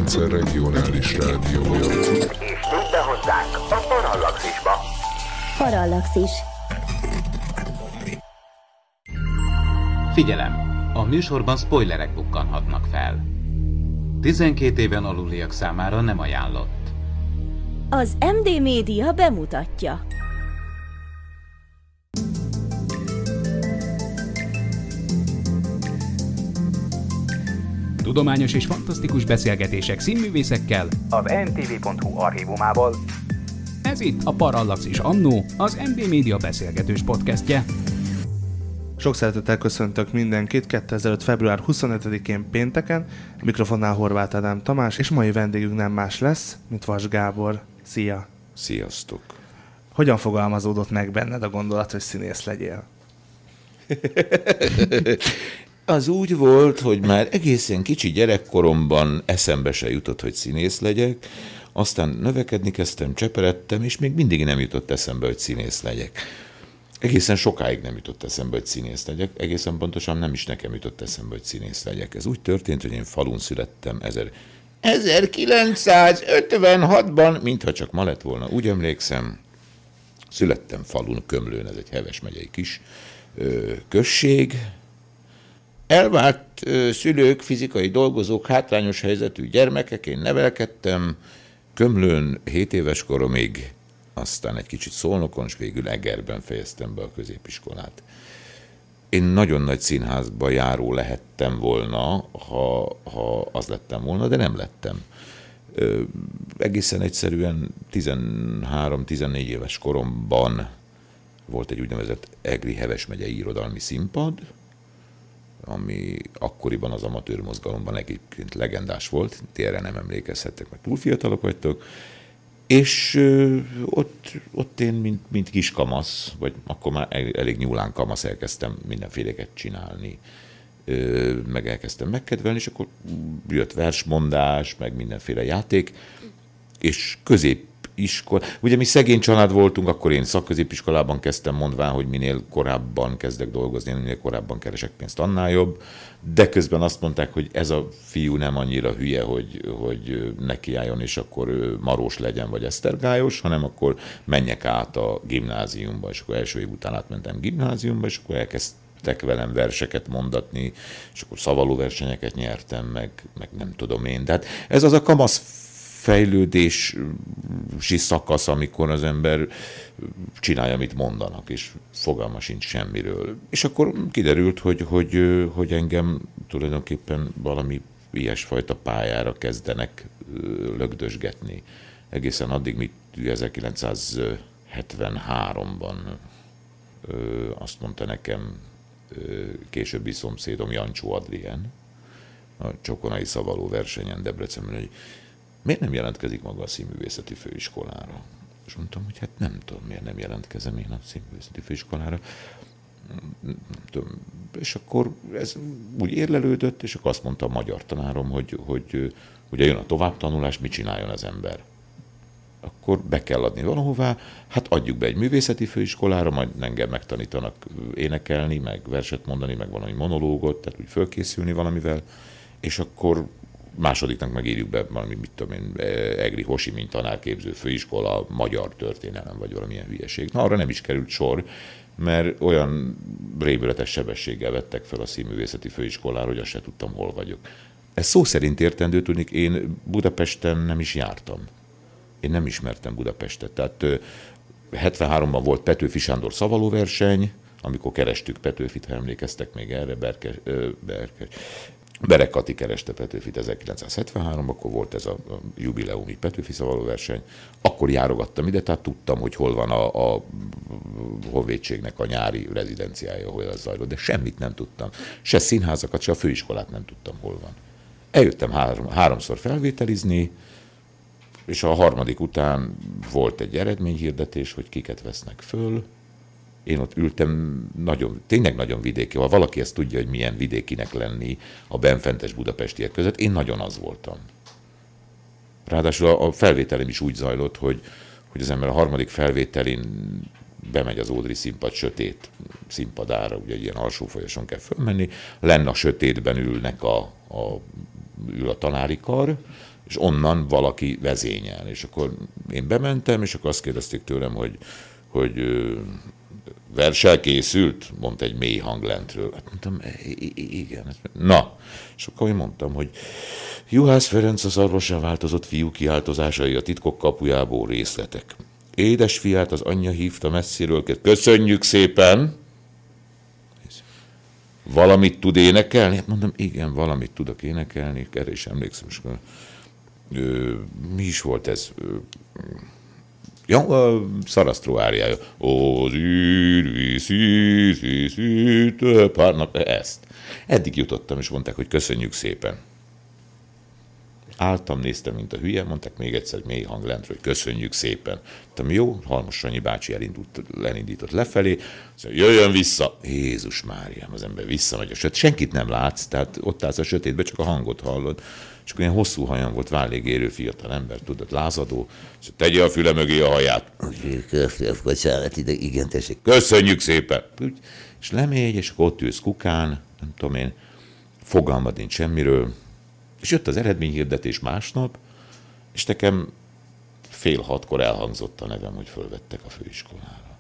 Medence regionális rádiója. És tudj be hozzánk a Parallaxisba. Parallaxis. Figyelem! A műsorban spoilerek bukkanhatnak fel. 12 éven aluliak számára nem ajánlott. Az MD Média bemutatja. Tudományos és fantasztikus beszélgetések színművészekkel Az ntv.hu archívumából. Ez itt a Parallaxis Annó, az MD Média beszélgetős podcastje. Sok szeretettel köszöntök mindenkit 2005. február 25-én pénteken. A mikrofonnál Horváth Ádám Tamás, és mai vendégünk nem más lesz, mint Vas Gábor. Szia! Sziasztok! Hogyan fogalmazódott meg benned a gondolat, hogy színész legyél? Az úgy volt, hogy már egészen kicsi gyerekkoromban eszembe se jutott, hogy színész legyek, aztán növekedni kezdtem, cseperedtem, és még mindig nem jutott eszembe, hogy színész legyek. Egészen sokáig nem jutott eszembe, hogy színész legyek, egészen pontosan nem is nekem jutott eszembe, hogy színész legyek. Ez úgy történt, hogy én falun születtem 1956-ban, mintha csak ma lett volna, úgy emlékszem. Születtem falun, Kömlőn, ez egy Heves megyei kis község. Elvált szülők, fizikai dolgozók, hátrányos helyzetű gyermekek, én nevelkedtem Kömlőn 7 éves koromig, aztán egy kicsit Szolnokon, és végül Egerben fejeztem be a középiskolát. Én nagyon nagy színházba járó lehettem volna, ha az lettem volna, de nem lettem. Egészen egyszerűen 13-14 éves koromban volt egy úgynevezett Egri Heves megyei irodalmi színpad, ami akkoriban az amatőr mozgalomban egyébként legendás volt, ti erre nem emlékezhettek, mert túl fiatalok vagytok, és ott én, mint kiskamasz, vagy akkor már elég nyúlán kamasz elkezdtem mindenféleket csinálni, meg elkezdtem megkedvelni, és akkor jött versmondás, meg mindenféle játék, és ugye mi szegény család voltunk, akkor én szakközépiskolában kezdtem, mondván, hogy minél korábban kezdek dolgozni, minél korábban keresek pénzt, annál jobb, de közben azt mondták, hogy ez a fiú nem annyira hülye, hogy nekiálljon, és akkor Marós legyen, vagy Esztergályos, hanem akkor menjek át a gimnáziumba, és akkor első év után átmentem gimnáziumba, és akkor elkezdtek velem verseket mondatni, és akkor szavalóversenyeket nyertem, meg nem tudom én. Tehát ez az a kamasz fejlődési szakasz, amikor az ember csinálja, amit mondanak, és fogalma sincs semmiről. És akkor kiderült, hogy engem tulajdonképpen valami ilyesfajta pályára kezdenek lögdösgetni. Egészen addig, míg 1973-ban azt mondta nekem későbbi szomszédom, Jancsó Adrien, a Csokonai szavaló versenyen Debrecenben, hogy miért nem jelentkezik maga a színművészeti főiskolára? És mondtam, hogy hát nem tudom, miért nem jelentkezem én a színművészeti főiskolára. Nem tudom. És akkor ez úgy érlelődött, és akkor azt mondta a magyar tanárom, hogy ugye jön a továbbtanulás, mit csináljon az ember? Akkor be kell adni valahová, hát adjuk be egy művészeti főiskolára, majd engem megtanítanak énekelni, meg verset mondani, meg valami monológot, tehát úgy fölkészülni valamivel, és akkor másodiknak megírjuk be valami, mit tudom én, Egri Hosimin tanárképző főiskola, magyar történelem, vagy valamilyen hülyeség. Na, arra nem is került sor, mert olyan rémületes sebességgel vettek fel a színművészeti főiskolára, hogy azt se tudtam, hol vagyok. Ez szó szerint értendő, tudnik, én Budapesten nem is jártam. Én nem ismertem Budapestet. Tehát 73-ban volt Petőfi Sándor szavalóverseny, amikor kerestük Petőfit, ha emlékeztek még erre, Berek Kati kereste Petőfit 1973, akkor volt ez a jubileumi Petőfi szavalóverseny. Akkor járogattam ide, tehát tudtam, hogy hol van a honvédségnek a nyári rezidenciája, hol ez zajlott, de semmit nem tudtam. Se színházakat, se a főiskolát nem tudtam, hol van. Eljöttem háromszor felvételizni, és a harmadik után volt egy eredményhirdetés, hogy kiket vesznek föl. Én ott ültem, tényleg nagyon vidéki, ha valaki ezt tudja, hogy milyen vidékinek lenni a benfentes budapestiek között, én nagyon az voltam. Ráadásul a felvételem is úgy zajlott, hogy az ember a harmadik felvételin bemegy az Ódri színpad sötét színpadára, ugye egy ilyen alsó folyoson kell fölmenni, lenne a sötétben ül a tanári kar, és onnan valaki vezényel. És akkor én bementem, és akkor azt kérdezték tőlem, hogy versel készült? Mondta egy mély hang lentről. Hát mondtam, igen. Na, és akkor én mondtam, hogy Juhász Ferenc az orvossá változott fiú kiáltozásai a titkok kapujából részletek. Édesfiát az anyja hívta messziről, köszönjük szépen! Valamit tud énekelni? Hát mondom, igen, valamit tudok énekelni, erre is emlékszem. Mi is volt ez? Ja, a Szarasztró áriája. Ezt. Eddig jutottam, és mondták, hogy köszönjük szépen. Álltam, néztem, mint a hülye, mondták még egyszer mély hang lentről, hogy köszönjük szépen. Mondtam, jó, Halmos Sanyi bácsi elindított lefelé, mondja, jöjjön vissza. Jézus Máriám, az ember visszamegy a sötét. Senkit nem látsz, tehát ott állsz a sötétbe, csak a hangot hallod. És akkor ilyen hosszú hajam volt, válligérő fiatal ember, tudod, lázadó. És tegye a füle mögé a haját. Bocsánat, ide, igen, tessék. Köszönjük szépen. És lemegy, és akkor ott ülsz kukán, nem tudom én, fogalmad nincs semmiről. És jött az eredményhirdetés másnap, és nekem 5:30 elhangzott a nevem, hogy fölvettek a főiskolára.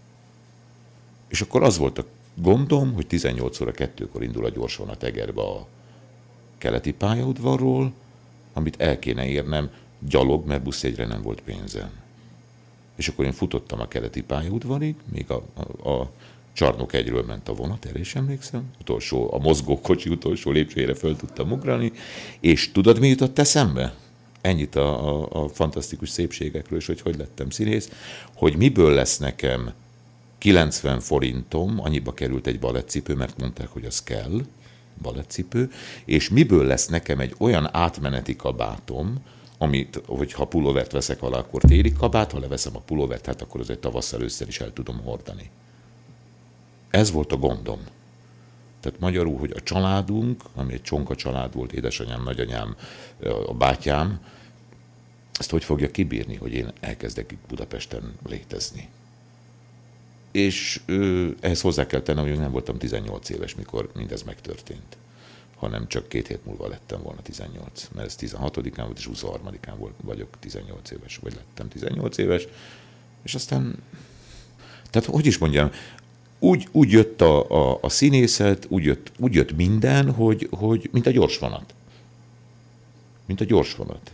És akkor az volt a gondom, hogy 18 óra 2-kor indul a gyorsvonat Egerbe a keleti pályaudvarról, amit el kéne érnem gyalog, mert buszjegyre nem volt pénzem. És akkor én futottam a keleti pályaudvarig, még a Csarnok 1-ről ment a vonat, erre is emlékszem. A mozgókocsi utolsó lépcsőjére föl tudtam ugrani, és tudod, mi jutott eszembe? Ennyit a fantasztikus szépségekről, és hogy lettem színész, hogy miből lesz nekem 90 forintom, annyiba került egy balettcipő, mert mondták, hogy az kell, balettcipő, és miből lesz nekem egy olyan átmeneti kabátom, amit, hogyha pulóvert veszek alá, akkor téli kabát, ha leveszem a pulóvert, hát akkor azért tavasszal, ősszel is el tudom hordani. Ez volt a gondom. Tehát magyarul, hogy a családunk, ami egy csonka család volt, édesanyám, nagyanyám, a bátyám, ezt hogy fogja kibírni, hogy én elkezdek itt Budapesten létezni. És ehhez hozzá kell tennem, hogy nem voltam 18 éves, mikor mindez megtörtént, hanem csak 2 hét múlva lettem volna 18, mert ez 16-án volt, és 23-án vagyok 18 éves, vagy lettem 18 éves, és aztán, tehát hogy is mondjam, úgy jött a színészet, úgy jött minden, hogy mint a gyorsvonat. Mint a gyorsvonat.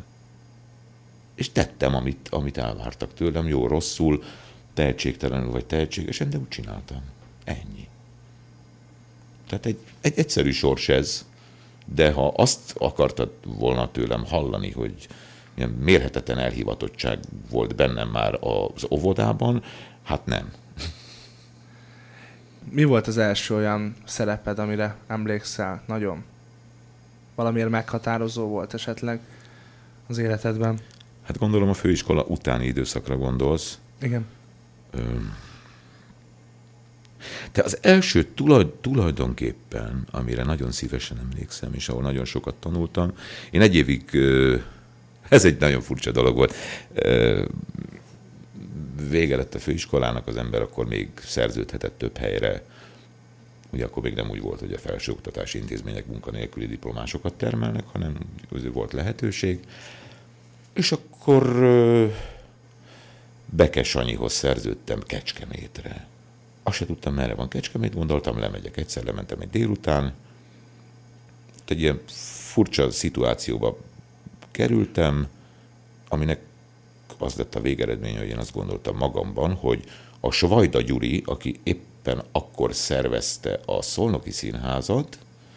És tettem, amit elvártak tőlem, jó, rosszul, tehetségtelenül vagy tehetségesen, de úgy csináltam. Ennyi. Tehát egy egyszerű sors ez, de ha azt akartad volna tőlem hallani, hogy milyen mérhetetlen elhivatottság volt bennem már az óvodában, hát nem. Mi volt az első olyan szereped, amire emlékszel nagyon? Valamiért meghatározó volt esetleg az életedben? Hát gondolom a főiskola utáni időszakra gondolsz. Igen. De az első tulajdonképpen, amire nagyon szívesen emlékszem, és ahol nagyon sokat tanultam, én 1 évig, ez egy nagyon furcsa dolog volt, vége lett a főiskolának, az ember akkor még szerződhetett több helyre. Ugye akkor még nem úgy volt, hogy a felsőoktatási intézmények munkanélküli diplomásokat termelnek, hanem volt lehetőség. És akkor Beke Sanyihoz szerződtem Kecskemétre. Azt se tudtam, merre van Kecskemét, gondoltam, lemegyek. Egyszer lementem egy délután, egy ilyen furcsa szituációba kerültem, aminek az lett a végeredmény, hogy én azt gondoltam magamban, hogy a Svajda Gyuri, aki éppen akkor szervezte a Szolnoki Színházat,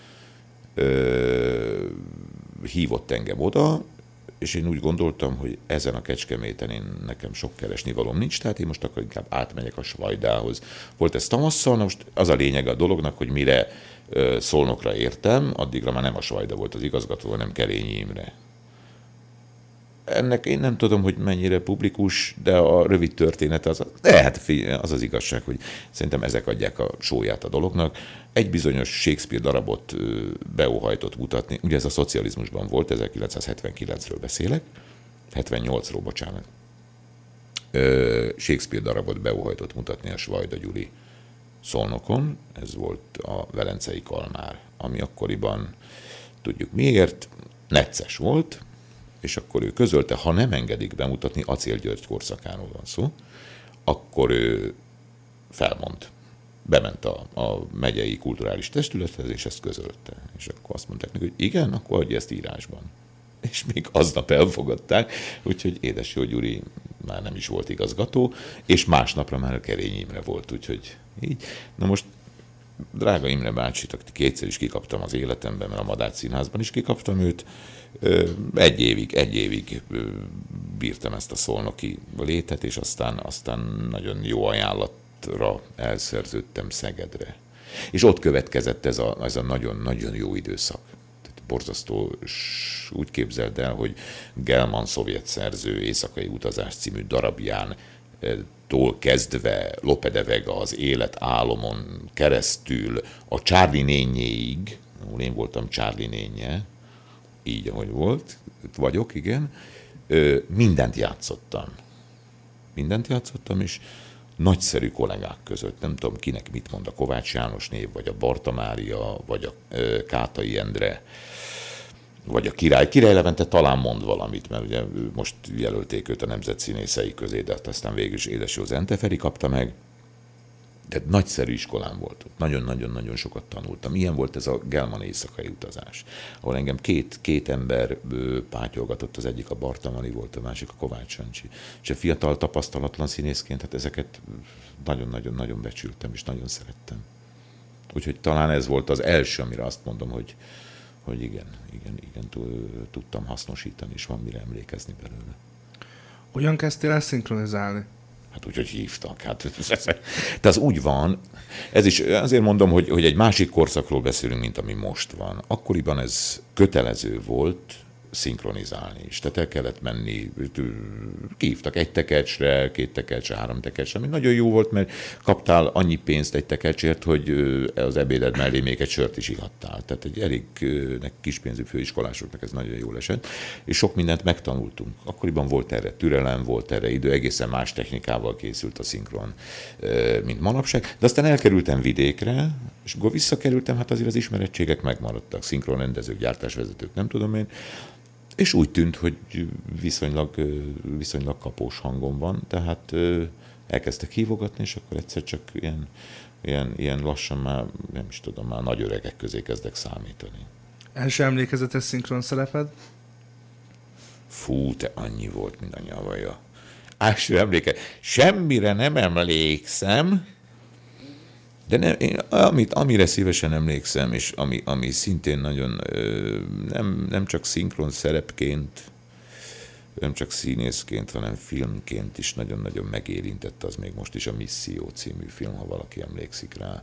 hívott engem oda, és én úgy gondoltam, hogy ezen a Kecskeméten nekem sok keresnivalóm nincs, tehát én most akkor inkább átmegyek a Svajdához. Volt ez tavasszal, most az a lényeg a dolognak, hogy mire Szolnokra értem, addigra már nem a Svajda volt az igazgató, hanem Kerényi Imre. Ennek én nem tudom, hogy mennyire publikus, de a rövid történet az az igazság, hogy szerintem ezek adják a sóját a dolognak. Egy bizonyos Shakespeare darabot beóhajtott mutatni, ugye ez a szocializmusban volt, 1979-ről beszélek, 78-ról, bocsánat. Shakespeare darabot beóhajtott mutatni a Svajda Gyuri Szolnokon, ez volt a Velencei Kalmár, ami akkoriban, tudjuk miért, necces volt, és akkor ő közölte, ha nem engedik bemutatni, Acél György korszakáról van szó, akkor ő felmond. Bement a megyei kulturális testülethez, és ezt közölte. És akkor azt mondták neki, hogy igen, akkor adja ezt írásban. És még aznap elfogadták, úgyhogy Édes Jó Gyuri már nem is volt igazgató, és másnapra már a Kerény Imre volt, úgyhogy így. Na most, drága Imre bácsit, akit kétszer is kikaptam az életemben, mert a Madách Színházban is kikaptam őt, egy évig bírtam ezt a szolnoki létet, és aztán nagyon jó ajánlatra elszerződtem Szegedre. És ott következett ez a nagyon-nagyon jó időszak. Borzasztó, úgy képzeld el, hogy Gelman szovjet szerző Éjszakai utazás című darabján kezdve Lope de Vega az Élet álomon keresztül a Charlie nényéig, ahol én voltam Charlie nénye, így ahogy volt, vagyok, igen, mindent játszottam, és nagyszerű kollégák között, nem tudom kinek mit mond a Kovács János név, vagy a Barta Mária, vagy a Kátai Endre, vagy a Király. Király Levente talán mond valamit, mert ugye most jelölték őt a nemzetszínészei közé, de aztán végül is Édes Jó Zenteferi kapta meg. De nagyszerű iskolám volt. Nagyon-nagyon-nagyon sokat tanultam. Ilyen volt ez a Gelman éjszakai utazás, ahol engem két ember pátyolgatott, az egyik a Barta Mari volt, a másik a Kovács Sancsi. És a fiatal, tapasztalatlan színészként, hát ezeket nagyon-nagyon-nagyon becsültem, és nagyon szerettem. Úgyhogy talán ez volt az első, amire azt mondom, hogy igen, tudtam hasznosítani, és van mire emlékezni belőle. Hogyan kezdtél el szinkronizálni? Hát úgy, hogy hívtak. Hát, de az úgy van, ez is azért mondom, hogy egy másik korszakról beszélünk, mint ami most van. Akkoriban ez kötelező volt szinkronizálni is. Tehát el kellett menni, kihívtak egy tekercsre, 2 tekercsre, 3 tekercsre, ami nagyon jó volt, mert kaptál annyi pénzt egy tekercsért, hogy az ebéded mellé még egy sört is ihattál. Tehát egy elég kispénzű főiskolásoknak ez nagyon jól esett, és sok mindent megtanultunk. Akkoriban volt erre türelem, volt erre idő, egészen más technikával készült a szinkron, mint manapság, de aztán elkerültem vidékre, és akkor visszakerültem, hát azért az ismerettségek megmaradtak, szinkronrendezők, gyártásvezetők, nem tudom én, és úgy tűnt, hogy viszonylag kapós hangom van, tehát elkezdtek hívogatni, és akkor egyszer csak ilyen lassan már, nem is tudom, már nagy öregek közé kezdek számítani. Első emlékezetes szinkron szereped? Fú, te annyi volt, mint a nyavaja. Első emléke. Semmire nem emlékszem, de amire szívesen emlékszem, és ami szintén nagyon nem csak szinkron szerepként, nem csak színészként, hanem filmként is nagyon-nagyon megérintett, az még most is a Misszió című film, ha valaki emlékszik rá,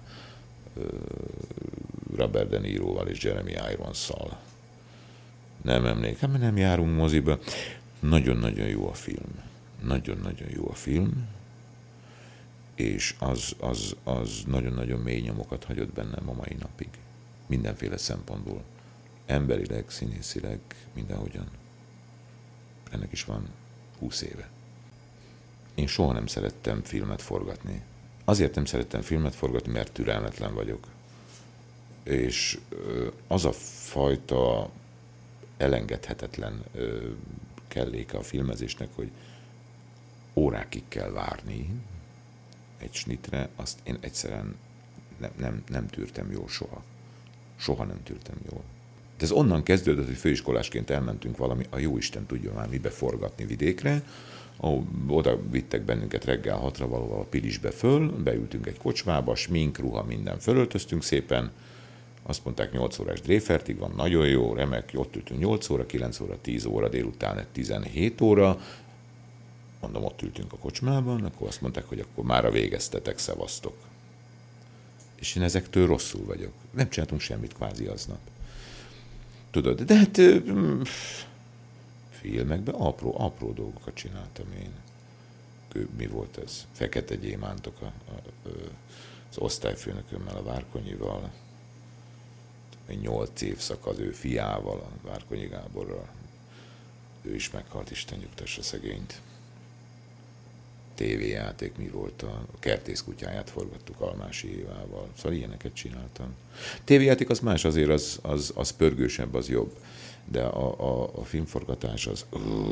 Robert De Niroval és Jeremy Irons-szal. Nem emlékszem, mert nem járunk moziba. Nagyon-nagyon jó a film. Nagyon-nagyon jó a film. És az nagyon-nagyon mély nyomokat hagyott bennem a mai napig. Mindenféle szempontból. Emberileg, színészileg, mindenhogyan. Ennek is van 20 éve. Én soha nem szerettem filmet forgatni. Azért nem szerettem filmet forgatni, mert türelmetlen vagyok. És az a fajta elengedhetetlen kelléke a filmezésnek, hogy órákig kell várni egy snitre, azt én egyszerűen nem tűrtem jól soha. Soha nem tűrtem jól. De ez onnan kezdődött, hogy főiskolásként elmentünk valami, a jóisten tudja már mibe forgatni vidékre, ahol oda vittek bennünket reggel 6-ra valóval a Pilisbe föl, beültünk egy kocsmába, smink, ruha, minden fölöltöztünk szépen, azt mondták 8 órás Dréfertig van, nagyon jó, remek, ott ültünk 8 óra, 9 óra, 10 óra, délután 17 óra, mondom, ott ültünk a kocsmában, akkor azt mondták, hogy akkor mára végeztetek, szevasztok. És én ezektől rosszul vagyok. Nem csináltunk semmit kvázi aznap. Tudod, de hát filmekben apró dolgokat csináltam én. Mi volt ez? Fekete gyémántok az osztályfőnökömmel, a Várkonyival, 8 évszak az ő fiával, a Várkonyi Gáborral. Ő is meghalt, Isten nyugtassa szegényt. tévéjáték, mi volt a Kertész kutyáját forgattuk Almási Évával. Szóval ilyeneket csináltam. Tévéjáték az más, azért az pörgősebb, az jobb. de a filmforgatás az...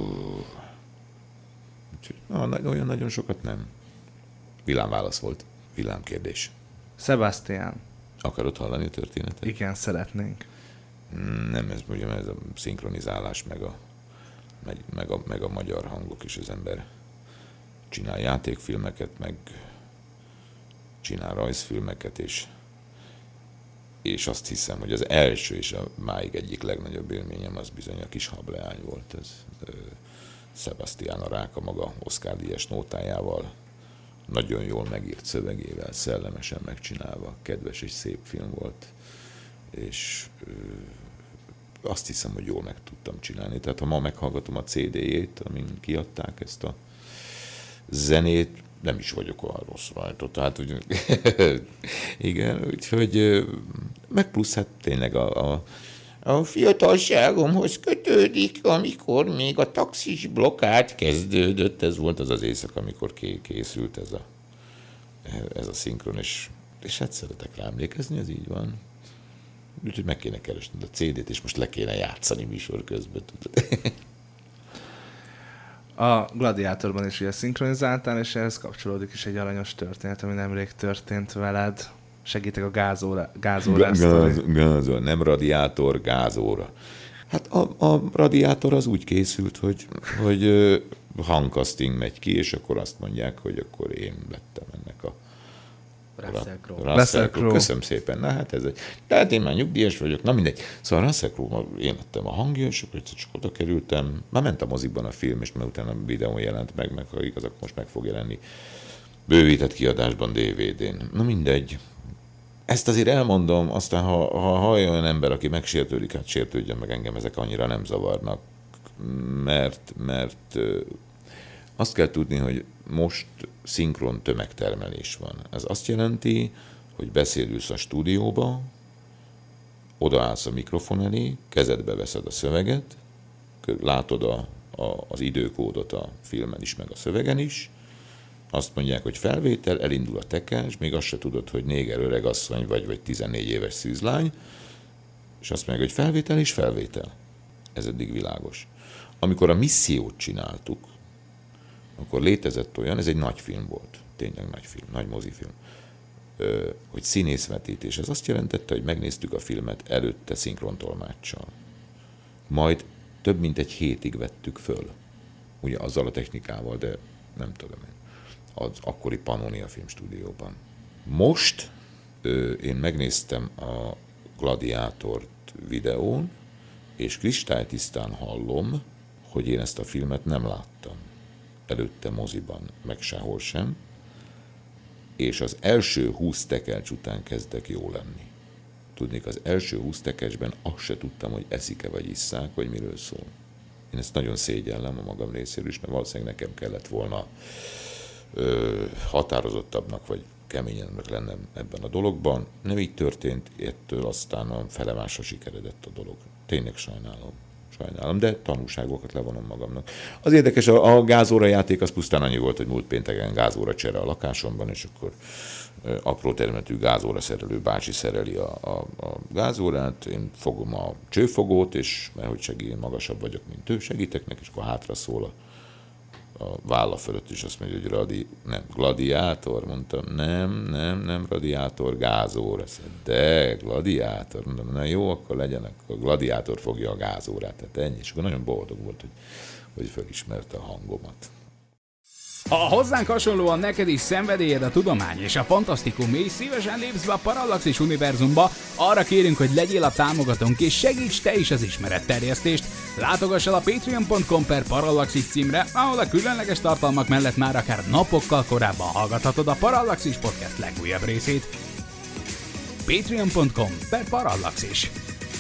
Olyan nagyon sokat nem. Villámválasz volt. Villámkérdés. Sebastian. Akarod hallani a történetet? Igen, szeretnénk. Nem, ez a szinkronizálás, meg a magyar hangok is, az ember csinál játékfilmeket, meg csinál rajzfilmeket, és azt hiszem, hogy az első és a máig egyik legnagyobb élményem az bizony a Kis hableány volt. Ez Sebastian a Ráka maga Oscar-díjas nótájával, nagyon jól megírt szövegével, szellemesen megcsinálva, kedves és szép film volt, és azt hiszem, hogy jól meg tudtam csinálni. Tehát ha ma meghallgatom a CD-jét, amin kiadták ezt a zenét, nem is vagyok olyan rossz rajta. Tehát, úgy, igen, úgyhogy meg plusz hát tényleg a fiatalságomhoz kötődik, amikor még a taxis blokkád kezdődött. Ez volt az éjszaka, amikor készült ez a szinkron, és hát szeretek rá emlékezni, ez így van. Úgyhogy meg kéne keresned a CD-t, és most le kéne játszani műsor közben. A Gladiátorban is ugye szinkronizáltál, és ehhez kapcsolódik is egy aranyos történet, ami nemrég történt veled. Segítek a gázóra. Gázóra, nem radiátor, gázóra. Hát a radiátor az úgy készült, hogy hangcasting megy ki, és akkor azt mondják, hogy akkor én lettem ennek a Russell Crowe. Köszönöm szépen. Na hát ez egy... Tehát én már nyugdíjas vagyok, na mindegy. Szóval Russell Crowe, én lettem a hangja, és akkor csak oda kerültem. Már ment a mozikban a film, és már utána a videón jelent meg ha igaz, akkor most meg fog jelenni bővített kiadásban DVD-n. Na mindegy. Ezt azért elmondom, aztán ha hallja olyan ember, aki megsértődik, hát sértődjön meg, engem ezek annyira nem zavarnak, mert azt kell tudni, hogy most szinkron tömegtermelés van. Ez azt jelenti, hogy beszélülsz a stúdióba, odaállsz a mikrofon elé, kezedbe veszed a szöveget, látod az időkódot a filmen is, meg a szövegen is, azt mondják, hogy felvétel, elindul a tekás, még azt se tudod, hogy néger öregasszony vagy 14 éves szűzlány, és azt mondják, hogy felvétel és felvétel. Ez eddig világos. Amikor a Missziót csináltuk, akkor létezett olyan, ez egy nagy film volt, tényleg nagy film, nagy mozifilm, hogy színészvetítés. Ez azt jelentette, hogy megnéztük a filmet előtte szinkrontolmáccsal. Majd több mint egy hétig vettük föl. Ugye azzal a technikával, de nem tudom én. Az akkori Pannonia filmstúdióban. Most én megnéztem a Gladiátort videón, és kristálytisztán hallom, hogy én ezt a filmet nem láttam előtte moziban, meg sehol sem, és az első 20 tekercs után kezdek jó lenni. Tudnék, az első 20 tekercsben azt se tudtam, hogy eszik-e vagy isszák, vagy miről szól. Én ezt nagyon szégyellem a magam részéről is, mert valószínűleg nekem kellett volna határozottabbnak, vagy keményebbnek lennem ebben a dologban. Nem így történt, ettől aztán a felemásra sikeredett a dolog. Tényleg sajnálom, de tanulságokat levonom magamnak. Az érdekes, a gázóra játék az pusztán annyi volt, hogy múlt pénteken gázóra csere a lakásomban, és akkor apró termetű gázóra szerelő bácsi szereli a gázórát, én fogom a csőfogót, és mert hogy én magasabb vagyok, mint ő, segítek neki, és akkor hátra szól a válla fölött is azt mondja, hogy gladiátor, mondtam, nem radiátor, gázóra. De gladiátor, mondom, na jó, akkor legyen, akkor a gladiátor fogja a gázórát, tehát ennyi. És akkor nagyon boldog volt, hogy felismerte a hangomat. Ha hozzánk hasonlóan neked is szenvedélyed a tudomány és a fantasztikum, és szívesen lépsz be a Parallaxis univerzumba, arra kérünk, hogy legyél a támogatónk és segíts te is az ismeretterjesztést. Látogass el a patreon.com/Parallaxis címre, ahol a különleges tartalmak mellett már akár napokkal korábban hallgathatod a Parallaxis podcast legújabb részét. patreon.com/Parallaxis.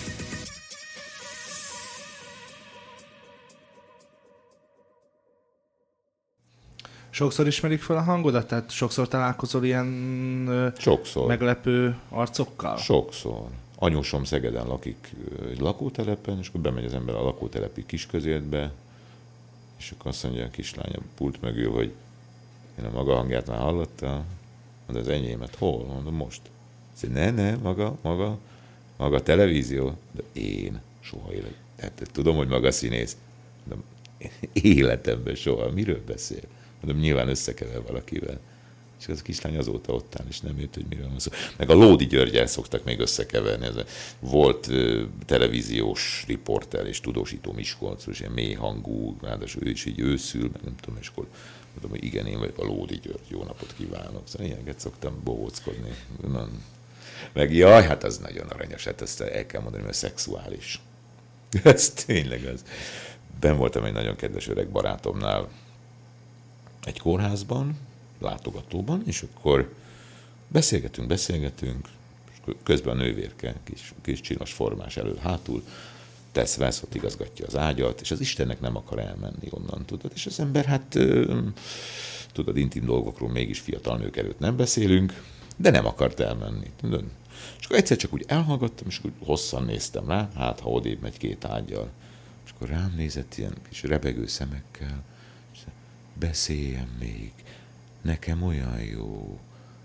Sokszor ismerik fel a hangodat? Tehát sokszor találkozol ilyen meglepő arcokkal? Sokszor. Anyósom Szegeden lakik egy lakótelepen, és akkor bemegy az ember a lakótelepi kisközértbe, és akkor azt mondja a kislány a pult mögül, hogy én a maga hangját már hallottam, mondja, az enyémet hol? Mondom, most. Azt mondja, ne, maga televízió. De én Soha élet. Hát, tudom, hogy maga színész. Mondom, életemben soha. Miről beszél? Mondom, nyilván összekever valakivel. És az a kislány azóta ott áll, és nem ért, hogy miről van szó. Meg a Lódi Györgyel szoktak még összekeverni. Ez volt televíziós riporter és tudósító Miskolcos, ilyen mély hangú, ráadásul ő is így őszül, meg nem tudom, és akkor mondom, hogy igen, én vagyok a Lódi György, jó napot kívánok. Szóval ilyeneket szoktam bohóckodni. Meg jaj, hát az nagyon aranyos, hát ezt el kell mondani, mert szexuális. Ez tényleg az. Ben voltam egy nagyon kedves öreg barátomnál egy kórházban, látogatóban, és akkor beszélgetünk, és közben a nővérke, kis csinos formás elől-hátul, tesz vesz, ott igazgatja az ágyat, és az Istennek nem akar elmenni onnan, tudod, és az ember, hát tudod, intim dolgokról mégis fiatal nők előtt nem beszélünk, de nem akart elmenni, tudod. És akkor egyszer csak úgy elhallgattam, és úgy hosszan néztem rá, hát ha odébb megy két ágyal, és akkor rám nézett ilyen kis rebegő szemekkel, és beszéljen még, nekem olyan jó.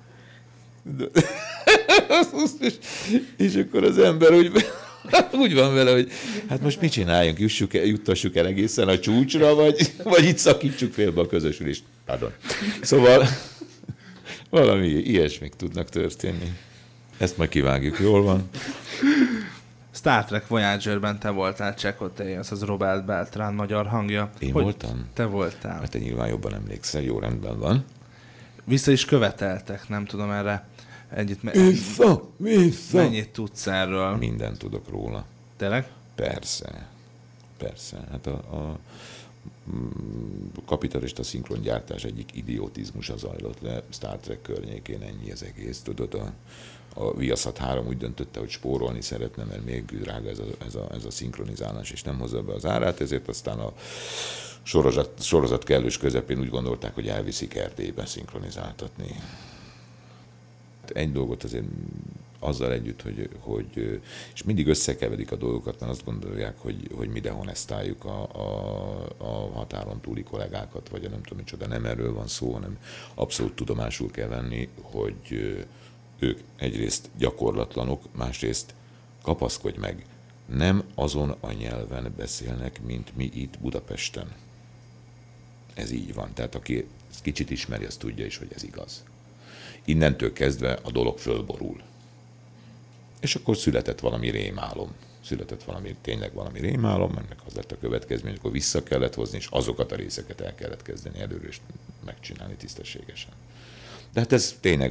És akkor az ember úgy van vele, hogy hát most mit csináljunk, juttassuk el egészen a csúcsra, vagy itt szakítsuk félbe a közösülést. Pardon. Szóval valami ilyesmik tudnak történni. Ezt majd kivágjuk, jól van. Star Trek Voyager-ben te voltál, Chakotay, az Robert Beltrán magyar hangja. Én voltam? Te voltál. Hát te nyilván jobban emlékszel, jó, rendben van. Vissza is követeltek, nem tudom erre együtt. Vissza! Mennyit tudsz erről? Mindent tudok róla. Tényleg? Persze. Hát a kapitalista szinkrongyártás egyik idiotizmusa zajlott le Star Trek környékén, ennyi az egész. Tudod, a Viaszat 3 úgy döntötte, hogy spórolni szeretne, mert még drága ez a szinkronizálás, és nem hozza be az árát, ezért aztán a sorozat kellős közepén úgy gondolták, hogy elviszik Erdélybe szinkronizáltatni. Egy dolgot azért azzal együtt, hogy és mindig összekeverik a dolgokat, mert azt gondolják, hogy mi dehonestáljuk a határon túli kollégákat, vagy nem tudom micsoda, nem erről van szó, hanem abszolút tudomásul kell venni, hogy ők egyrészt gyakorlatlanok, másrészt kapaszkodj meg, nem azon a nyelven beszélnek, mint mi itt Budapesten. Ez így van. Tehát aki kicsit ismeri, az tudja is, hogy ez igaz. Innentől kezdve a dolog fölborul. És akkor született valami rémálom. Tényleg valami rémálom, ennek az lett a következmény, akkor vissza kellett hozni, és azokat a részeket el kellett kezdeni előről, és megcsinálni tisztességesen. De hát ez tényleg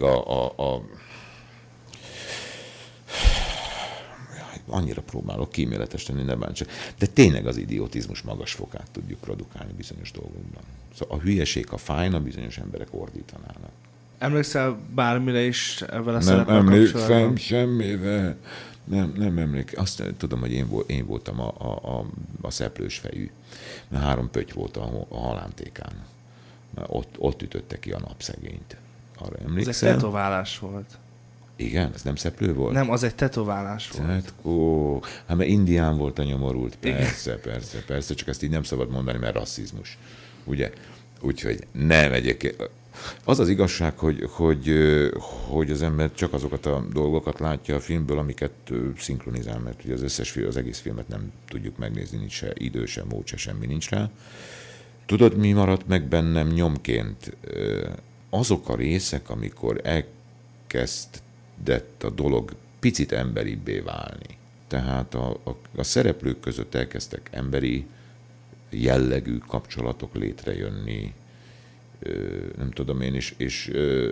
annyira próbálok kíméletes tenni, ne bántsak. De tényleg az idiotizmus magas fokát tudjuk produkálni bizonyos dolgokban. Szóval a hülyeség, ha fájna, bizonyos emberek ordítanának. Emlékszel bármire is ebben a szereppel kapcsolatban? Nem emlékszem semmire. Nem emlékszem. Azt tudom, hogy én voltam a szeplős fejű. Mert 3 pötty volt a halántékán. Mert ott ütötte ki a napszegényt. Arra emlékszem. Ez egy tetoválás volt. Igen? Ez nem szeplő volt? Nem, az egy tetoválás volt. Hát mert indián volt a nyomorult. Persze, csak ezt így nem szabad mondani, mert rasszizmus. Ugye? Úgyhogy nem egyébként. Az az igazság, hogy az ember csak azokat a dolgokat látja a filmből, amiket szinkronizál, mert ugye az egész filmet nem tudjuk megnézni, nincs se idő, se mód, se semmi nincs rá. Tudod, mi maradt meg bennem nyomként? Azok a részek, amikor elkezdett a dolog picit emberibbé válni. Tehát a szereplők között elkezdtek emberi jellegű kapcsolatok létrejönni, nem tudom én is, és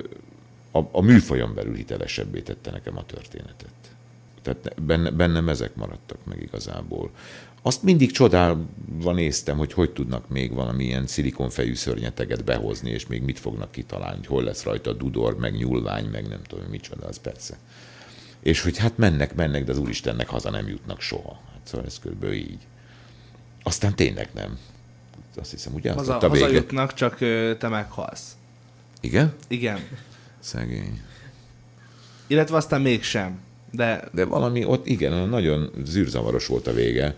a műfajon belül hitelesebbé tette nekem a történetet. Tehát bennem ezek maradtak meg igazából. Azt mindig csodálva néztem, hogy tudnak még valamilyen szilikonfejű szörnyeteget behozni, és még mit fognak kitalálni, hogy hol lesz rajta dudor, meg nyúlvány, meg nem tudom, micsoda, az persze. És hogy hát mennek, de az Úristennek haza nem jutnak soha. Hát szóval ez körülbelül így. Aztán tényleg nem. Azt hiszem, ugye? Hazajutnak, csak te meghalsz. Igen? Igen. Szegény. Illetve aztán mégsem. De valami ott, igen, nagyon zűrzavaros volt a vége.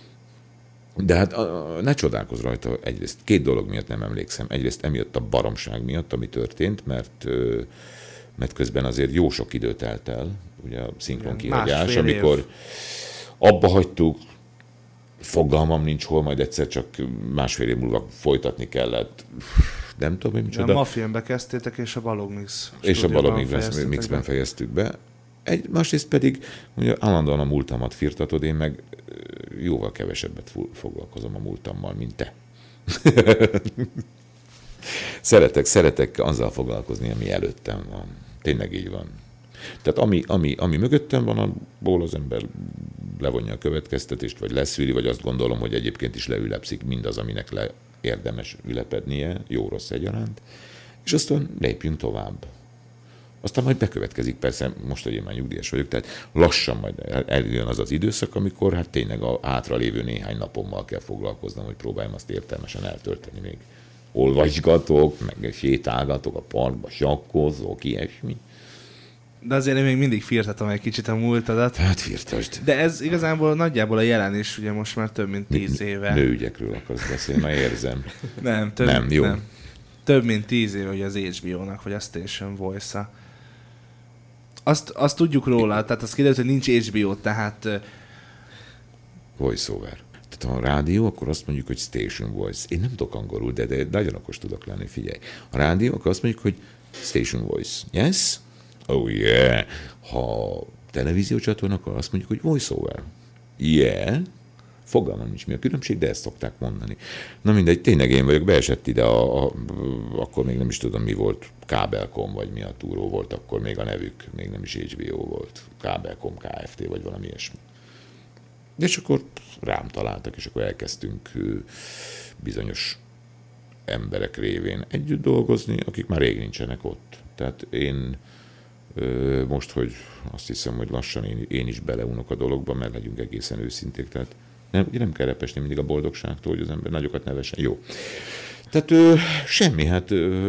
De hát ne csodálkozz rajta, egyrészt 2 dolog miatt nem emlékszem. Egyrészt emiatt a baromság miatt, ami történt, mert közben azért jó sok időt telt el, ugye a szinkron kihagyás, amikor abba hagytuk, fogalmam nincs, hol majd egyszer csak másfél év múlva folytatni kellett. Nem tudom, hogy micsoda. A Mafilmbe kezdtétek, és a Balog Mix. És a Balog Mixben fejeztük be. Másrészt pedig mondja, állandóan a múltamat firtatod, én meg jóval kevesebbet foglalkozom a múltammal, mint te. Szeretek azzal foglalkozni, ami előttem van. Tényleg így van. Tehát ami mögöttem van, abból az ember levonja a következtetést, vagy leszűri, vagy azt gondolom, hogy egyébként is leülepszik mindaz, aminek érdemes ülepednie, jó-rossz egyaránt, és aztán lépjünk tovább. Aztán majd bekövetkezik, persze, most, hogy én már nyugdíjas vagyok, tehát lassan majd eljön az az időszak, amikor hát tényleg a hátralévő néhány napommal kell foglalkoznom, hogy próbáljam azt értelmesen eltölteni még. Olvasgatok, meg sétálgatok a parkba, sakkozok, ilyesmi. De azért én még mindig firtatom egy kicsit a múltadat. Hát firtasd. De ez igazából nagyjából a jelen is, ugye most már több mint 10 éve. Nőügyekről akarsz beszélni, már érzem. Nem, jó. Nem. Több mint 10 éve, hogy az HBO-nak, vagy a Station Voice-a. Azt tudjuk róla, tehát azt kiderült, hogy nincs HBO, tehát... Voice-over. Tehát ha a rádió, akkor azt mondjuk, hogy Station Voice. Én nem tudok angolul, de nagyon okos tudok lenni, figyelj. A rádió, akkor azt mondjuk, hogy Station Voice. Yes? Oh yeah. Ha televíziócsatorna, akkor azt mondjuk, hogy Voice-over. Yeah. Fogalmam nincs, mi a különbség, de ezt szokták mondani. Na mindegy, tényleg én vagyok, beesett ide, akkor még nem is tudom, mi volt, Kábelkom, vagy mi a túró volt, akkor még a nevük, még nem is HBO volt, Kábelkom, Kft. Vagy valami ilyesmi. És akkor rám találtak, és akkor elkezdtünk bizonyos emberek révén együtt dolgozni, akik már rég nincsenek ott. Tehát én most, hogy azt hiszem, hogy lassan én is beleunok a dologba, mert legyünk egészen őszinték, tehát nem kell repesni mindig a boldogságtól, hogy az ember nagyokat nevesen. Jó. Tehát semmi, hát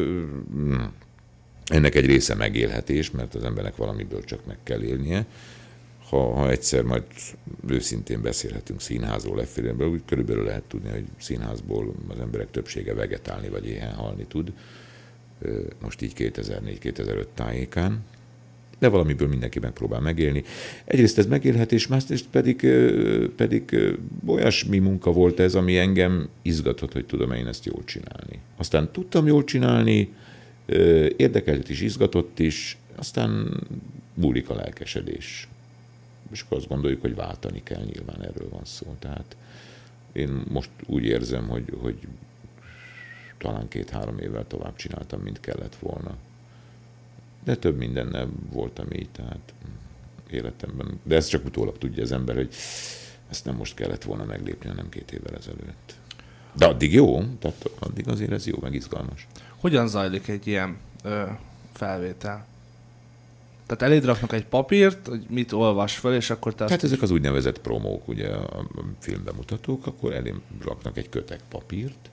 ennek egy része megélhetés, mert az embernek valamiből csak meg kell élnie. Ha egyszer majd őszintén beszélhetünk színházról effélemben, úgy körülbelül lehet tudni, hogy színházból az emberek többsége vegetálni vagy éhen halni tud. Most így 2004-2005 tájékán. De valamiből mindenki megpróbál megélni. Egyrészt ez megélhetés, másrészt pedig olyasmi munka volt ez, ami engem izgatott, hogy tudom én ezt jól csinálni. Aztán tudtam jól csinálni, érdekelt is, izgatott is, aztán múlik a lelkesedés. És akkor azt gondoljuk, hogy váltani kell, nyilván erről van szó. Tehát én most úgy érzem, hogy talán 2-3 évvel tovább csináltam, mint kellett volna. De több mindennel voltam így, tehát életemben. De ezt csak utólag tudja az ember, hogy ezt nem most kellett volna meglépni, hanem 2 évvel ezelőtt. De addig jó, tehát addig azért ez jó, meg izgalmas. Hogyan zajlik egy ilyen felvétel? Tehát eléd raknak egy papírt, hogy mit olvas fel, és akkor te... Tehát ezek az úgynevezett promók, ugye a filmbemutatók, akkor elém raknak egy kötek papírt.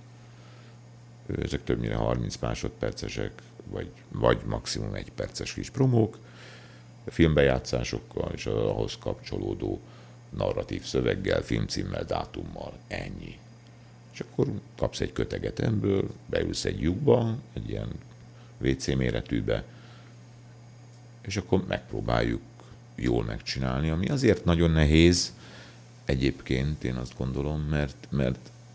Ezek többnyire 30 másodpercesek, vagy maximum 1 perces kis promók, filmbejátszásokkal és ahhoz kapcsolódó narratív szöveggel, filmcímmel, dátummal, ennyi. És akkor kapsz egy köteget ebből, beülsz egy lyukba, egy ilyen WC méretűbe, és akkor megpróbáljuk jól megcsinálni, ami azért nagyon nehéz egyébként, én azt gondolom, mert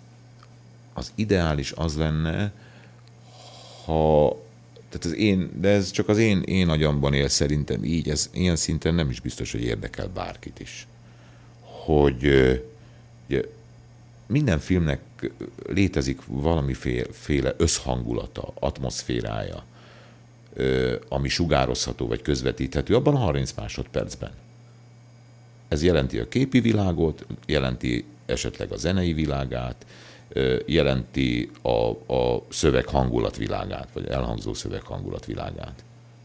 az ideális az lenne, ha, tehát de ez csak az én agyamban él szerintem így, ez ilyen szinten nem is biztos, hogy érdekel bárkit is. Hogy ugye, minden filmnek létezik valamiféle összhangulata, atmoszférája, ami sugározható vagy közvetíthető abban a 30 másodpercben. Ez jelenti a képi világot, jelenti esetleg a zenei világát, jelenti a szöveg hangulatvilágát, vagy elhangzó szöveg hangulatvilágát.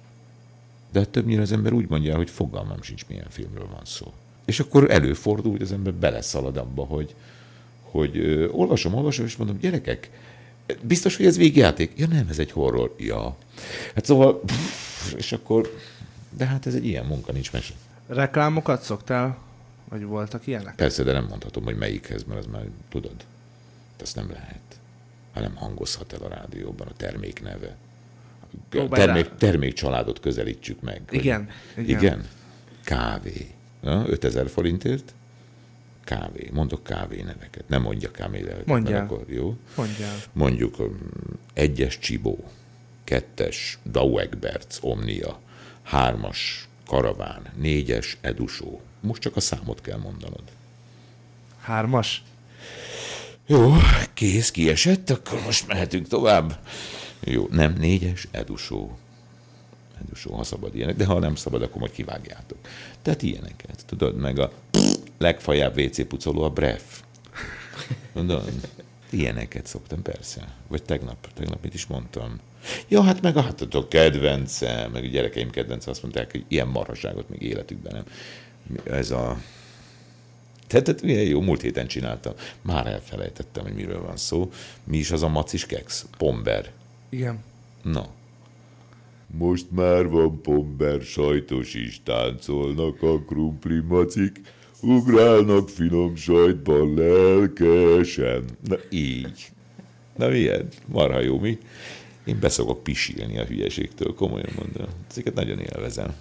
De többnyire az ember úgy mondja, hogy fogalmam sincs, milyen filmről van szó. És akkor előfordul, hogy az ember beleszalad abba, hogy olvasom, és mondom, gyerekek, biztos, hogy ez végjáték? Ja nem, ez egy horror. Ja. Hát szóval, és akkor, de hát ez egy ilyen munka, nincs mese. Reklámokat szoktál, vagy voltak ilyenek? Persze, de nem mondhatom, hogy melyikhez, mert ez már tudod. Ezt nem lehet. Hanem hangozhat el a rádióban a termék neve. Termékcsaládot közelítsük meg. Igen. Igen? Kávé. 5000 forintért. kávé. Mondok kávé neveket. Nem mondja kávé neveket. Mondjál. Akkor, jó? Mondjál. Mondjuk 1-es Csibó, 2-es Dauegberts Omnia, 3-as Karaván, 4-es Edusó. Most csak a számot kell mondanod. 3-as? Jó, kész, kiesett, akkor most mehetünk tovább. Jó, nem, 4-es Edusó. Edusó, ha szabad ilyenek, de ha nem szabad, akkor majd kivágjátok. Tehát ilyeneket, tudod, meg a legfajább WC pucoló a Bref. Tudod? Ilyeneket szoktam, persze. Vagy tegnap mit is mondtam. Ja, hát meg a kedvencem, meg a gyerekeim kedvence azt mondták, hogy ilyen marhaságot még életükben nem. Ez a... Tehát milyen jó, múlt héten csináltam. Már elfelejtettem, hogy miről van szó. Mi is az a macis keks? Pomber. Igen. Na. Most már van pomber, sajtos is táncolnak a krumpli macik, ugrálnak finom sajtban lelkesen. Na így. Na milyen? Marha jó, mi? Én beszokok pisilni a hülyeségtől, komolyan mondom. Ezeket nagyon élvezem.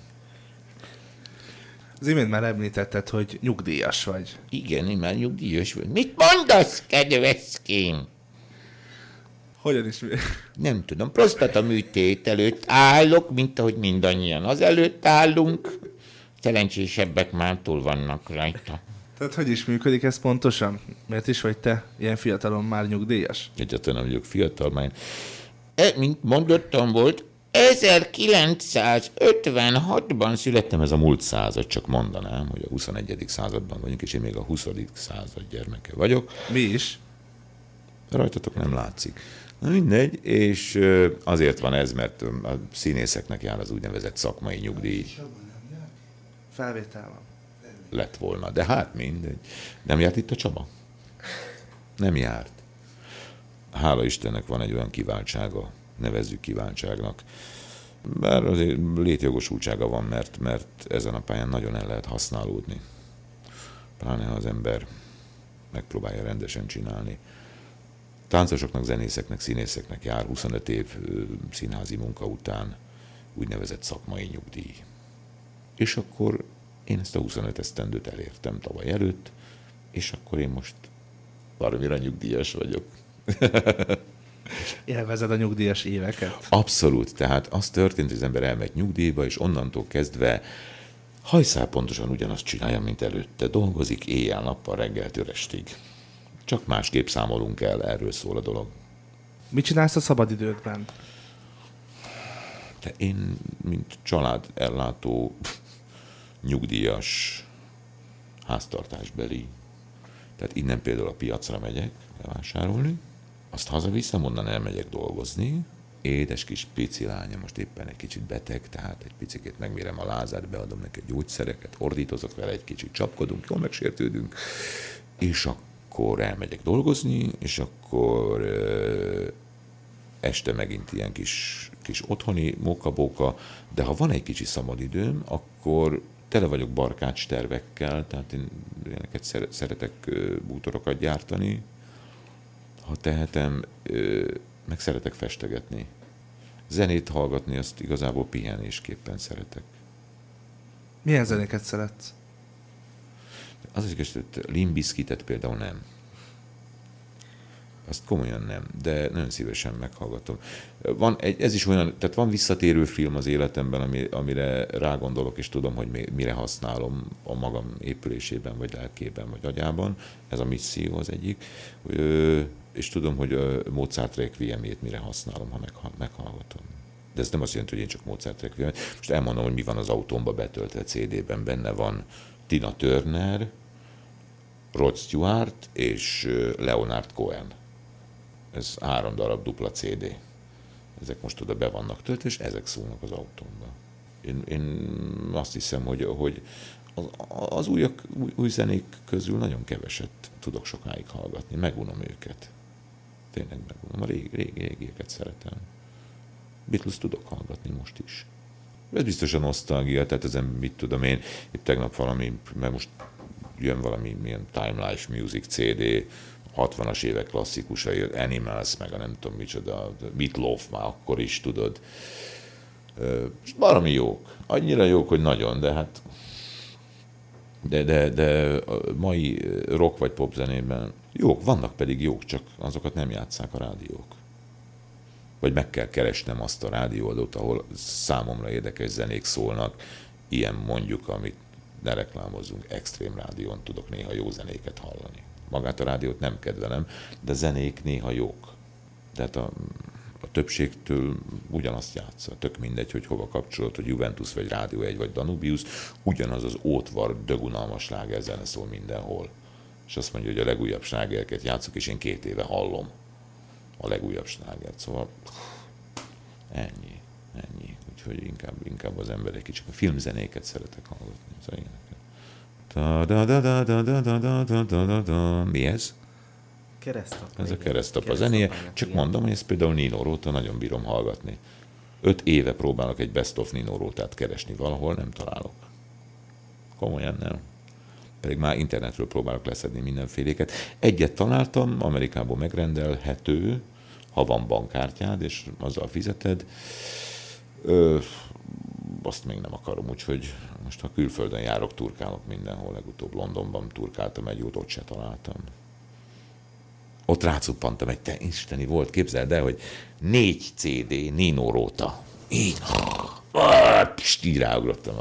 Az imént már említetted, hogy nyugdíjas vagy. Igen, én már nyugdíjas vagyok. Mit mondasz, kedveszkém? Hogyan is? Nem tudom, prostata műtét előtt állok, mint ahogy mindannyian az előtt állunk. Szerencsésebbek már túl vannak rajta. Tehát hogy is működik ez pontosan? Miért is vagy te ilyen fiatalon már nyugdíjas? Egyáltalán nem vagyok fiatal, már mint mondottam volt, 1956-ban születtem, ez a múlt század, csak mondanám, hogy a 21. században vagyunk, és én még a 20. század gyermeke vagyok. Mi is? Rajtatok nem látszik. Na mindegy, és azért van ez, mert a színészeknek jár az úgynevezett szakmai nyugdíj. Felvétel van. Lett volna, de hát mindegy. Nem járt itt a Csaba? Nem járt. Hála Istennek van egy olyan kiváltsága, nevezzük kiváltságnak. Bár azért létjogosultsága van, mert ezen a pályán nagyon el lehet használódni. Pláne ha az ember megpróbálja rendesen csinálni. Táncosoknak, zenészeknek, színészeknek jár 25 év színházi munka után úgynevezett szakmai nyugdíj. És akkor én ezt a 25 esztendőt elértem tavaly előtt, és akkor én most valamire nyugdíjas vagyok. Élvezed a nyugdíjas éveket? Abszolút. Tehát az történt, hogy az ember elmegy nyugdíjba, és onnantól kezdve hajszál pontosan ugyanazt csinálja, mint előtte. Dolgozik éjjel-nappal reggeltől estig. Csak másképp számolunk el, erről szól a dolog. Mit csinálsz a szabadidődben? De én, mint családellátó, nyugdíjas, háztartásbeli, tehát innen például a piacra megyek vásárolni, azt hazaviszem, onnan elmegyek dolgozni, édes kis pici lánya, most éppen egy kicsit beteg, tehát egy picikét megmérem a lázát, beadom neki gyógyszereket, ordítozok vele, egy kicsit csapkodunk, jól megsértődünk, és akkor elmegyek dolgozni, és akkor este megint ilyen kis otthoni mókabóka, de ha van egy kicsi szabadidőm, akkor tele vagyok barkács tervekkel, tehát én ilyeneket szeretek bútorokat gyártani, ha tehetem, meg szeretek festegetni. Zenét hallgatni, azt igazából pihenésképpen szeretek. Milyen zenéket szeretsz? Az is, hogy Limp Bizkitet például nem. Azt komolyan nem, de nagyon szívesen meghallgatom. Ez is olyan, tehát van visszatérő film az életemben, amire rágondolok, és tudom, hogy mire használom a magam épülésében, vagy lelkében, vagy agyában. Ez a Misszió az egyik. És tudom, hogy Mozart Requiemét mire használom, ha meghallgatom. De ez nem azt jelenti, hogy én csak Mozart Requiemet. Most elmondom, hogy mi van az autómba betöltve CD-ben. Benne van Tina Turner, Rod Stewart és Leonard Cohen. Ez 3 darab dupla CD. Ezek most oda be vannak töltve, és ezek szólnak az autómba. Én azt hiszem, hogy az új zenék közül nagyon keveset tudok sokáig hallgatni. Megunom őket. Tényleg megunom. A régieket szeretem. Beatles tudok hallgatni most is. Ez biztos a nosztalgia, tehát ezen mit tudom én, itt tegnap valami, mert most jön valami milyen Time Life Music CD, 60-as évek klasszikusai, Animals, meg a nem tudom micsoda, Meatloaf már akkor is, tudod. Valami jók. Annyira jók, hogy nagyon, de hát De a mai rock vagy pop zenében jók, vannak pedig jók, csak azokat nem játsszák a rádiók. Vagy meg kell keresnem azt a rádióadót, ahol számomra érdekes zenék szólnak, ilyen mondjuk, amit ne reklámozzunk, extrém rádión tudok néha jó zenéket hallani. Magát a rádiót nem kedvelem, de zenék néha jók. Tehát a többségtől ugyanazt játsza. Tök mindegy, hogy hova kapcsolod, hogy Juventus, vagy Rádió 1, vagy Danubius, ugyanaz az ótvar, dögunalmas slágerzene szól mindenhol. És azt mondja, hogy a legújabb slágereket játszok, és én 2 éve hallom a legújabb slágert. Szóval ennyi. Úgyhogy inkább az ember egy kicsit a filmzenéket szeretek hallgatni. Mi ez? Keresztapa. Ez a Keresztapa zenéje. Csak mondom, hogy ezt például Nino Rota nagyon bírom hallgatni. 5 éve próbálok egy Best of Nino Rotát keresni valahol, nem találok. Komolyan nem. Pedig már internetről próbálok leszedni mindenféléket. Egyet találtam, Amerikából megrendelhető, ha van bankkártyád, és azzal fizeted. Azt még nem akarom, úgyhogy most ha külföldön járok, turkálok mindenhol. Legutóbb Londonban turkáltam egy jót, ott se találtam. Ott rácuppantam, egy te isteni volt, képzeld el, hogy 4 CD Nino Rota. Így ráugrottam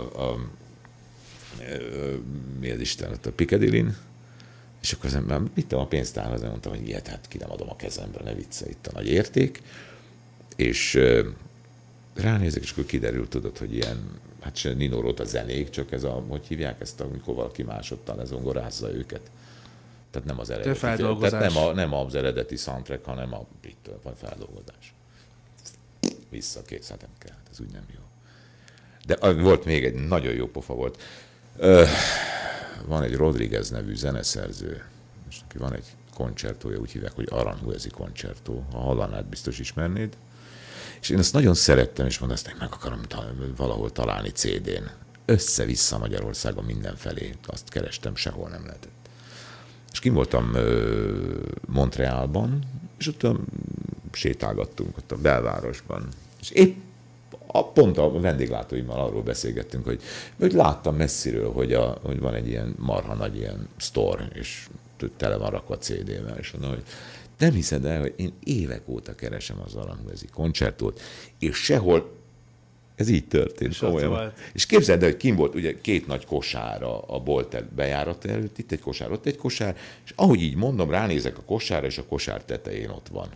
mi az Isten, ott a Piccadillyn, és akkor az ember, vittem a pénztárhoz, mondtam, hogy ilyet, hát ki nem adom a kezembe, ne vicce, itt a nagy érték, és ránézek, és akkor kiderült, tudod, hogy ilyen, hát se Nino Rota zenék, csak ez a, hogy hívják ezt, amikor valaki másodtal lezongorázza őket. Tehát nem az eredeti. Tehát nem az eredeti soundtrack, hanem a feldolgozás. Vissza 200 nem kell, ez úgy nem jó. De volt még egy nagyon jó pofa volt. Van egy Rodriguez nevű zeneszerző, most neki van egy koncertója, úgy hívják, hogy Aranjuezi koncertó. Ha hallanád, biztos ismernéd. És én ezt nagyon szerettem, és mondom, ezt meg akarom valahol találni CD-n. Össze-vissza Magyarországon mindenfelé. Azt kerestem, sehol nem lehetett. És kim voltam Montrealban, és ott sétálgattunk ott a belvárosban. És épp pont a vendéglátóimmal arról beszélgettünk, hogy láttam messziről, hogy van egy ilyen marha nagy ilyen store, és tele van rakva CD-vel, és mondom, hogy nem hiszed el, hogy én évek óta keresem az Aranjuezi koncertót, és sehol ez így történt. És képzeld el, hogy kim volt ugye 2 nagy kosár a bolt bejárata előtt, itt egy kosár, ott egy kosár, és ahogy így mondom, ránézek a kosárra, és a kosár tetején ott van.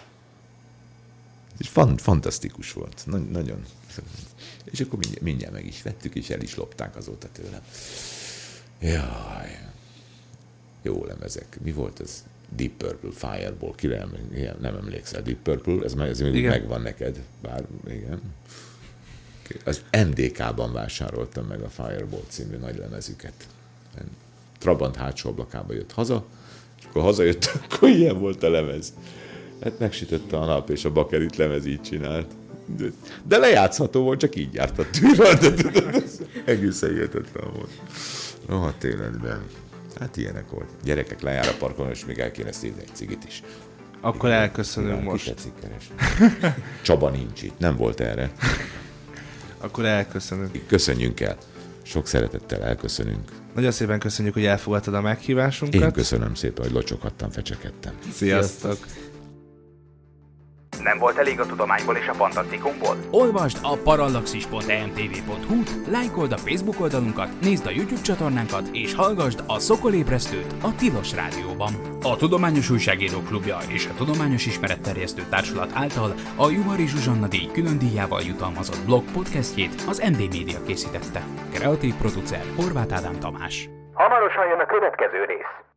És fantasztikus volt. Nagyon. És akkor mindjárt meg is vettük, és el is lopták azóta tőlem. Jaj. Jó lemezek. Mi volt ez? Deep Purple, Fireball. Kire nem emlékszel? Deep Purple? Ez még megvan neked. Bár, igen. Az MDK-ban vásároltam meg a Fireball című nagy lemezüket. Trabant hátsó ablakába jött haza, és akkor hazajött, akkor ilyen volt a lemez. Hát megsütötte a nap, és a bakerit lemez így csinált. De lejátszható volt, csak így járt a tűrrel. Egészen hihetetlen volt. Rohadt életben. Hát ilyenek volt. Gyerekek, lejár a parkon, és még el kéne szívni egy cigit is. Akkor elköszönünk most. Ki tetszik keresni. Csaba nincs itt, nem volt erre. Akkor elköszönünk. Köszönjünk el. Sok szeretettel elköszönünk. Nagyon szépen köszönjük, hogy elfogadtad a meghívásunkat. Én köszönöm szépen, hogy locsoghattam, fecsekedtem. Sziasztok! Nem volt elég a tudományból és a fantasztikumból? Olvasd a parallaxis.emtv.hu-t, lájkold a Facebook oldalunkat, nézd a YouTube csatornánkat, és hallgasd a Szokolébresztőt a Tilos Rádióban. A Tudományos Újságírók Klubja és a Tudományos Ismeretterjesztő Társulat által a Juhari Zsuzsanna díj külön díjával jutalmazott blog podcastjét az MD Media készítette. Kreatív producer Horváth Ádám Tamás. Hamarosan jön a következő rész.